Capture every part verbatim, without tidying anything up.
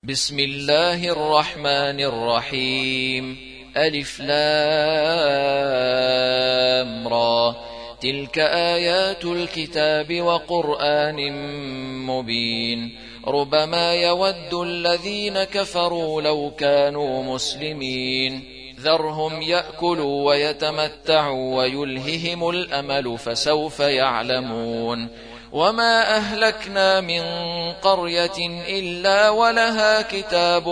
بسم الله الرحمن الرحيم. ألف لام را. تلك آيات الكتاب وقرآن مبين. ربما يود الذين كفروا لو كانوا مسلمين. ذرهم يأكلوا ويتمتعوا ويلههم الأمل فسوف يعلمون. وما أهلكنا من قرية إلا ولها كتاب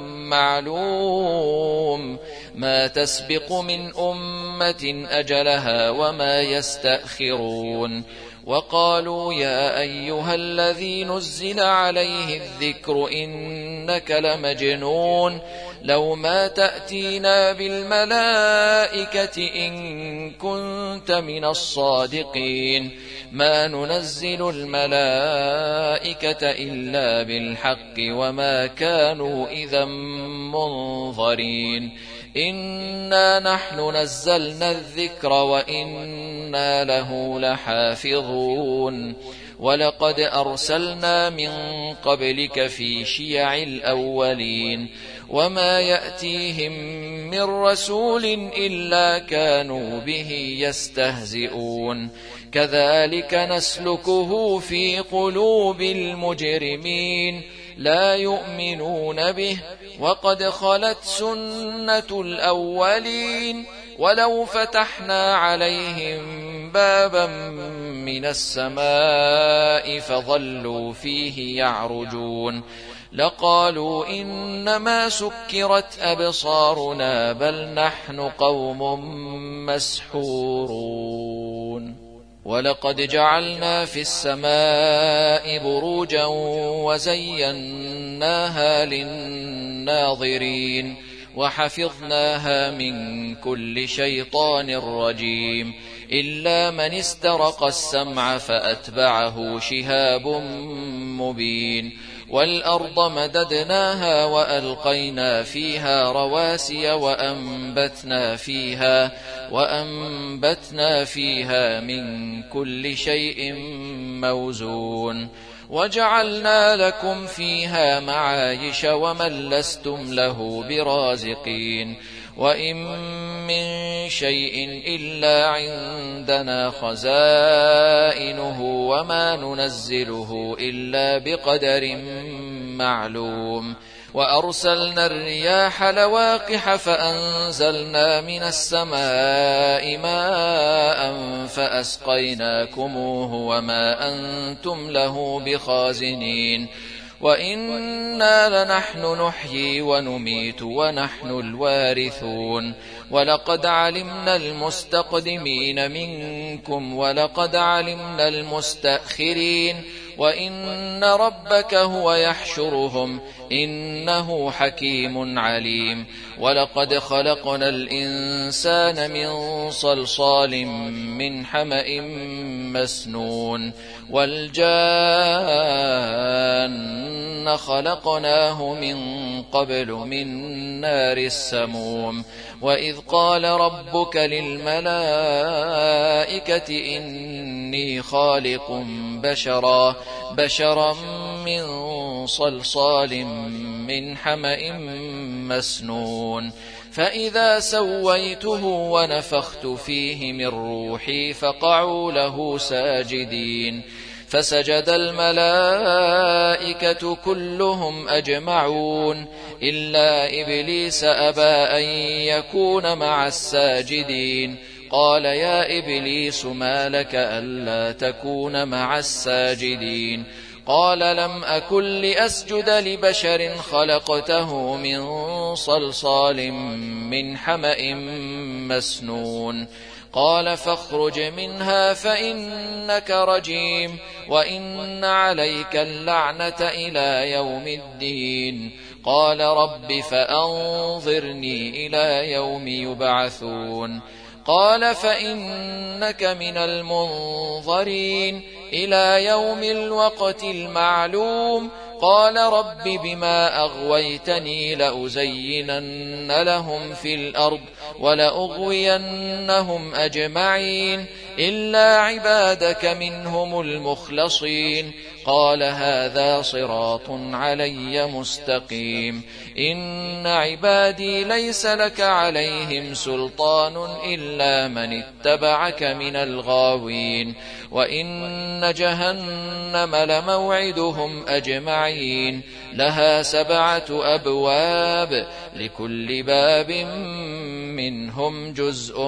معلوم ما تسبق من أمة أجلها وما يستأخرون. وقالوا يا أيها الذي نزل عليه الذكر إنك لمجنون لو ما تأتينا بالملائكة إن كنت من الصادقين ما ننزل الملائكة إلا بالحق وما كانوا إذا منظرين. إنا نحن نزلنا الذكر وإنا له لحافظون. ولقد أرسلنا من قبلك في شيع الأولين وما يأتيهم من رسول إلا كانوا به يستهزئون. كذلك نسلكه في قلوب المجرمين لا يؤمنون به وقد خلت سنة الأولين. ولو فتحنا عليهم بابا من السماء فظلوا فيه يعرجون لقالوا إنما سكرت أبصارنا بل نحن قوم مسحورون. ولقد جعلنا في السماء بروجا وزيناها للناظرين وحفظناها من كل شيطان رجيم إلا من استرق السمع فأتبعه شهاب مبين. والأرض مددناها وألقينا فيها رواسي وأنبتنا فيها وأنبتنا فيها من كل شيء موزون. وجعلنا لكم فيها معايش ومن لستم له برازقين. وإن من شيء إلا عندنا خزائنه وما ننزله إلا بقدر معلوم. وأرسلنا الرياح لواقح فأنزلنا من السماء ماء فأسقيناكموه وما أنتم له بخازنين. وإنا لنحن نحيي ونميت ونحن الوارثون. ولقد علمنا المستقدمين منكم ولقد علمنا المستأخرين وإن ربك هو يحشرهم إنه حكيم عليم. ولقد خلقنا الإنسان من صلصال من حمأ مسنون والجان خلقناه من قبل من نار السموم. وإذ قال ربك للملائكة إني خالق بشرا بشرا من صلصال من حمأ مسنون فإذا سويته ونفخت فيه من روحي فقعوا له ساجدين. فسجد الملائكة كلهم أجمعون إلا إبليس أبى أن يكون مع الساجدين. قال يا إبليس ما لك ألا تكون مع الساجدين؟ قال لم أكن لأسجد لبشر خلقته من صلصال من حمأ مسنون. قال فاخرج منها فإنك رجيم وإن عليك اللعنة إلى يوم الدين. قال رب فأنظرني إلى يوم يبعثون. قال فإنك من المنظرين إلى يوم الوقت المعلوم. قال رب بما أغويتني لأزينن لهم في الأرض ولأغوينهم أجمعين إلا عبادك منهم المخلصين. قال هذا صراط علي مستقيم. إن عبادي ليس لك عليهم سلطان إلا من اتبعك من الغاوين. وإن جهنم لموعدهم أجمعين لها سبعة أبواب لكل باب منهم جزء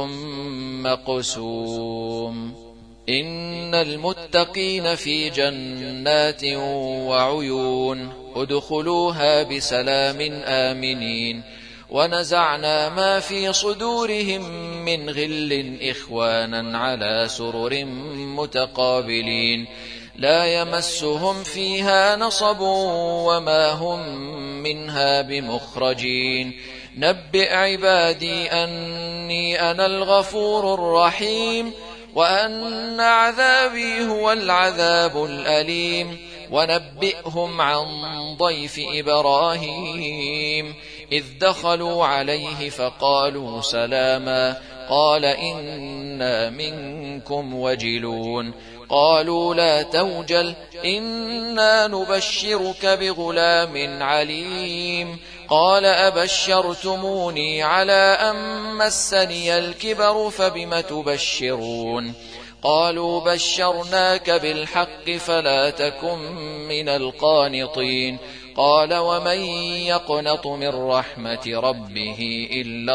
مقسوم. إن المتقين في جنات وعيون ادخلوها بسلام آمنين. ونزعنا ما في صدورهم من غل إخوانا على سرر متقابلين لا يمسهم فيها نصب وما هم منها بمخرجين. نبئ عبادي أني أنا الغفور الرحيم وأن عذابي هو العذاب الأليم. ونبئهم عن ضيف إبراهيم إذ دخلوا عليه فقالوا سلاما قال إنا منكم وجلون. قالوا لا توجل إنا نبشرك بغلام عليم. قال أبشرتموني على أن مسني الكبر فبم تبشرون. قالوا بشرناك بالحق فلا تكن من القانطين. قال ومن يقنط من رحمة ربه إلا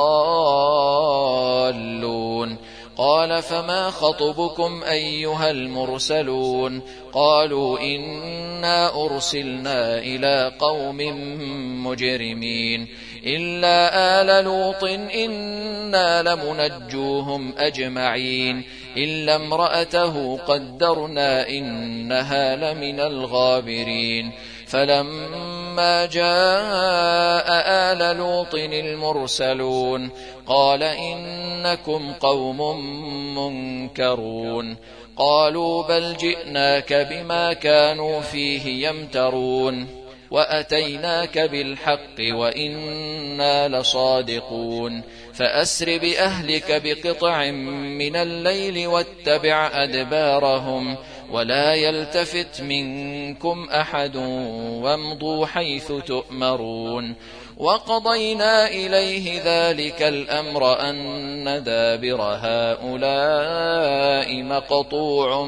الضالون. قال فما خطبكم أيها المرسلون؟ قالوا إنا أرسلنا إلى قوم مجرمين إلا آل لوط إنا لمنجوهم أجمعين إلا امرأته قدرنا إنها لمن الغابرين. فلما جاء آل لوط المرسلون قال إنكم قوم منكرون. قالوا بل جئناك بما كانوا فيه يمترون وأتيناك بالحق وإنا لصادقون. فأسر بأهلك بقطع من الليل واتبع أدبارهم ولا يلتفت منكم أحد وامضوا حيث تؤمرون. وقضينا إليه ذلك الأمر أن دابر هؤلاء مقطوع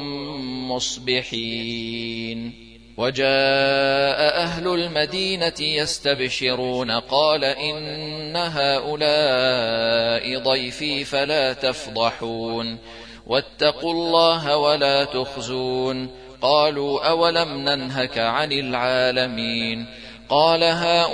مصبحين. وجاء أهل المدينة يستبشرون قال إن هؤلاء ضيفي فلا تفضحون واتقوا الله ولا تخزون. قالوا أولم ننهك عن العالمين؟ قال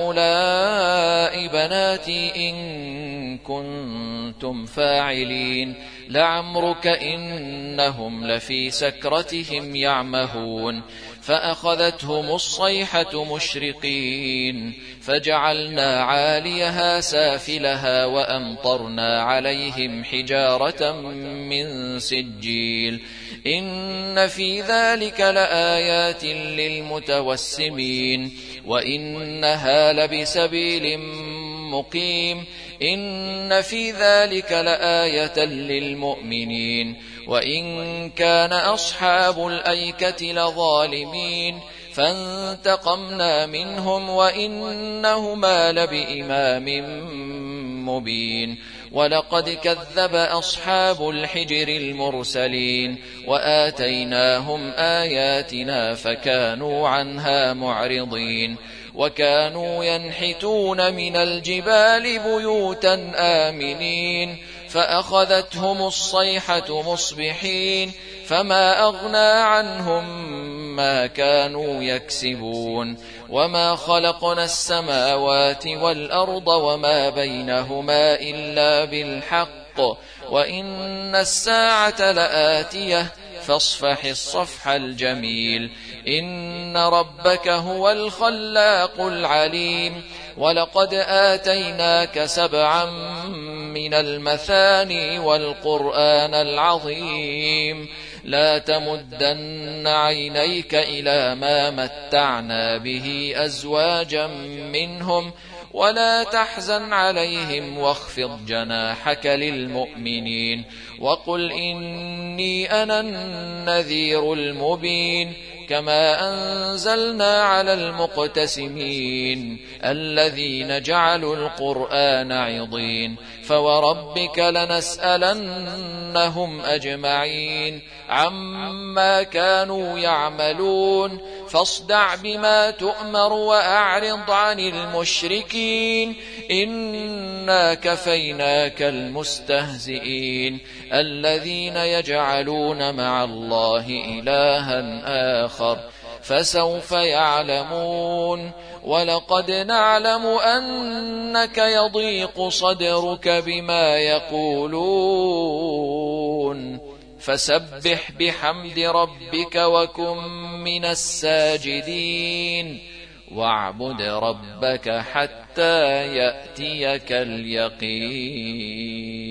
هؤلاء بناتي إن كنتم فاعلين لعمرك إنهم لفي سكرتهم يعمهون. فأخذتهم الصيحة مشرقين فجعلنا عاليها سافلها وأمطرنا عليهم حجارة من سجيل. إن في ذلك لآيات للمتوسمين وإنها لبسبيل مقيم. إن في ذلك لآية للمؤمنين وإن كان أصحاب الأيكة لظالمين فانتقمنا منهم وإنهما لبإمام مبين. ولقد كذب أصحاب الحجر المرسلين وآتيناهم آياتنا فكانوا عنها معرضين. وكانوا ينحتون من الجبال بيوتا آمنين فأخذتهم الصيحة مصبحين فما أغنى عنهم ما كانوا يكسبون. وما خلقنا السماوات والأرض وما بينهما إلا بالحق وإن الساعة لآتية فاصفح الصفح الجميل. إن ربك هو الخلاق العليم. ولقد آتيناك سبعا من المثاني والقرآن العظيم. لا تمدن عينيك إلى ما متعنا به أزواجا منهم ولا تحزن عليهم واخفض جناحك للمؤمنين وقل إني أنا النذير المبين كما أنزلنا على المقتسمين الذين جعلوا القرآن عضين فوربك لنسألنهم أجمعين عما كانوا يعملون فاصدع بما تؤمر وأعرض عن المشركين إنا كفيناك المستهزئين الذين يجعلون مع الله إلها آخر فسوف يعلمون ولقد نعلم أنك يضيق صدرك بما يقولون فسبح بحمد ربك وكن من الساجدين واعبد ربك حتى يأتيك اليقين.